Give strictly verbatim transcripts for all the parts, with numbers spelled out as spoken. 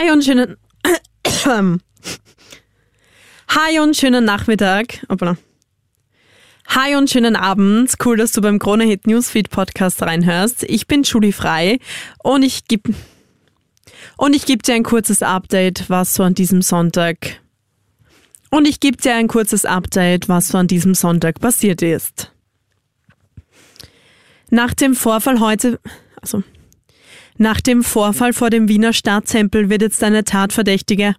Hi und schönen Hi und schönen Nachmittag. Hoppala. Hi und schönen Abend. Cool, dass du beim Krone-Hit Newsfeed Podcast reinhörst. Ich bin Julie Frei und ich gebe und ich gebe dir ein kurzes Update, was so an diesem Sonntag und ich gebe dir ein kurzes Update, was so an diesem Sonntag passiert ist. Nach dem Vorfall heute, also nach dem Vorfall vor dem Wiener Stadttempel wird jetzt eine Tatverdächtige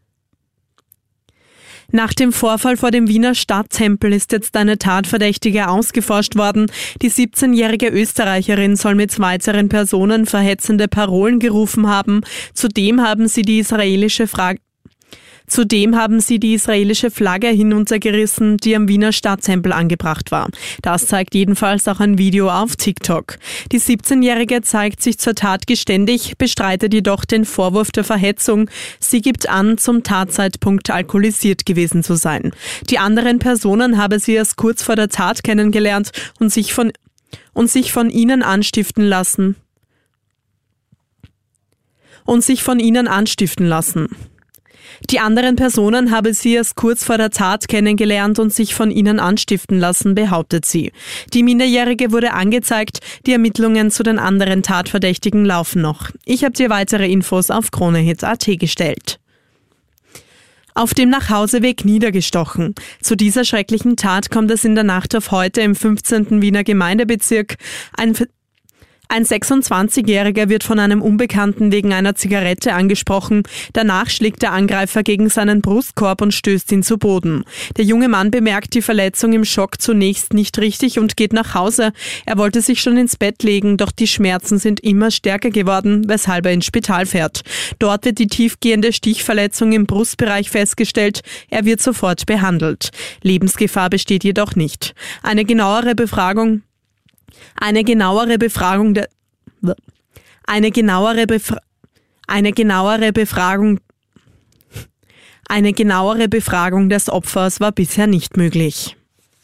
Nach dem Vorfall vor dem Wiener Stadttempel ist jetzt eine Tatverdächtige ausgeforscht worden. Die siebzehnjährige Österreicherin soll mit weiteren Personen verhetzende Parolen gerufen haben. Zudem haben sie die israelische Frage Zudem haben sie die israelische Flagge hinuntergerissen, die am Wiener Stadttempel angebracht war. Das zeigt jedenfalls auch ein Video auf TikTok. Die siebzehnjährige zeigt sich zur Tat geständig, bestreitet jedoch den Vorwurf der Verhetzung. Sie gibt an, zum Tatzeitpunkt alkoholisiert gewesen zu sein. Die anderen Personen habe sie erst kurz vor der Tat kennengelernt und sich von, und sich von ihnen anstiften lassen. Und sich von ihnen anstiften lassen. Die anderen Personen habe sie erst kurz vor der Tat kennengelernt und sich von ihnen anstiften lassen, behauptet sie. Die Minderjährige wurde angezeigt, die Ermittlungen zu den anderen Tatverdächtigen laufen noch. Ich habe dir weitere Infos auf kronehit punkt at gestellt. Auf dem Nachhauseweg niedergestochen. Zu dieser schrecklichen Tat kommt es in der Nacht auf heute im fünfzehnten Wiener Gemeindebezirk. Ein Ein sechsundzwanzigjähriger wird von einem Unbekannten wegen einer Zigarette angesprochen. Danach schlägt der Angreifer gegen seinen Brustkorb und stößt ihn zu Boden. Der junge Mann bemerkt die Verletzung im Schock zunächst nicht richtig und geht nach Hause. Er wollte sich schon ins Bett legen, doch die Schmerzen sind immer stärker geworden, weshalb er ins Spital fährt. Dort wird die tiefgehende Stichverletzung im Brustbereich festgestellt. Er wird sofort behandelt. Lebensgefahr besteht jedoch nicht. Eine genauere Befragung Eine genauere Befragung der eine genauere Befra eine genauere Befragung eine genauere Befragung des Opfers war bisher nicht möglich.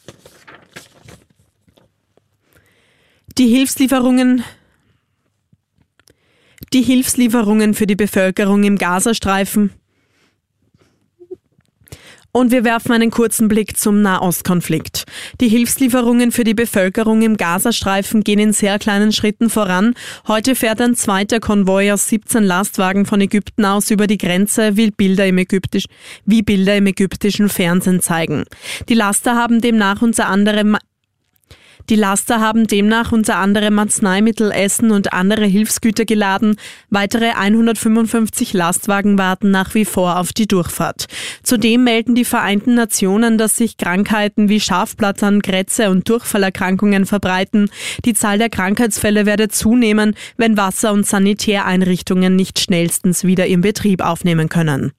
Die Hilfslieferungen Die Hilfslieferungen für die Bevölkerung im Gazastreifen. Und wir werfen einen kurzen Blick zum Nahostkonflikt. Die Hilfslieferungen für die Bevölkerung im Gazastreifen gehen in sehr kleinen Schritten voran. Heute fährt ein zweiter Konvoi aus siebzehn Lastwagen von Ägypten aus über die Grenze, wie Bilder im, Ägyptisch, wie Bilder im ägyptischen Fernsehen zeigen. Die Laster haben demnach unter anderem Die Laster haben demnach unter anderem Arzneimittel, Essen und andere Hilfsgüter geladen. Weitere hundertfünfundfünfzig Lastwagen warten nach wie vor auf die Durchfahrt. Zudem melden die Vereinten Nationen, dass sich Krankheiten wie Schafblattern, Krätze und Durchfallerkrankungen verbreiten. Die Zahl der Krankheitsfälle werde zunehmen, wenn Wasser- und Sanitäreinrichtungen nicht schnellstens wieder in Betrieb aufnehmen können.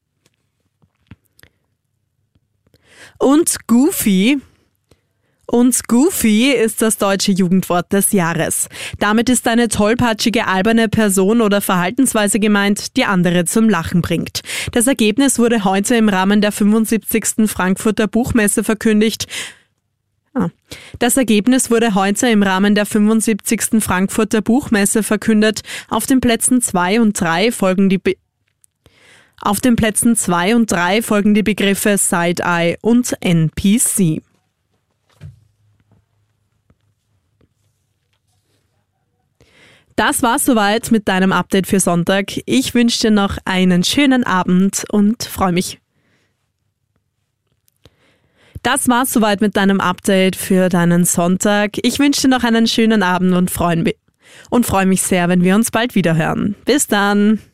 Und Goofy... Und Goofy ist das deutsche Jugendwort des Jahres. Damit ist eine tollpatschige, alberne Person oder Verhaltensweise gemeint, die andere zum Lachen bringt. Das Ergebnis wurde heute im Rahmen der fünfundsiebzigsten Frankfurter Buchmesse verkündigt. Ah. Das Ergebnis wurde heute im Rahmen der fünfundsiebzigsten Frankfurter Buchmesse verkündet. Auf den Plätzen zwei und drei folgen die Be- Auf den Plätzen zwei und drei folgen die Begriffe Side-Eye und N P C. Das war's soweit mit deinem Update für Sonntag. Ich wünsche dir noch einen schönen Abend und freue mich. Das war's soweit mit deinem Update für deinen Sonntag. Ich wünsche dir noch einen schönen Abend und freue mich, und freue mich sehr, wenn wir uns bald wieder hören. Bis dann!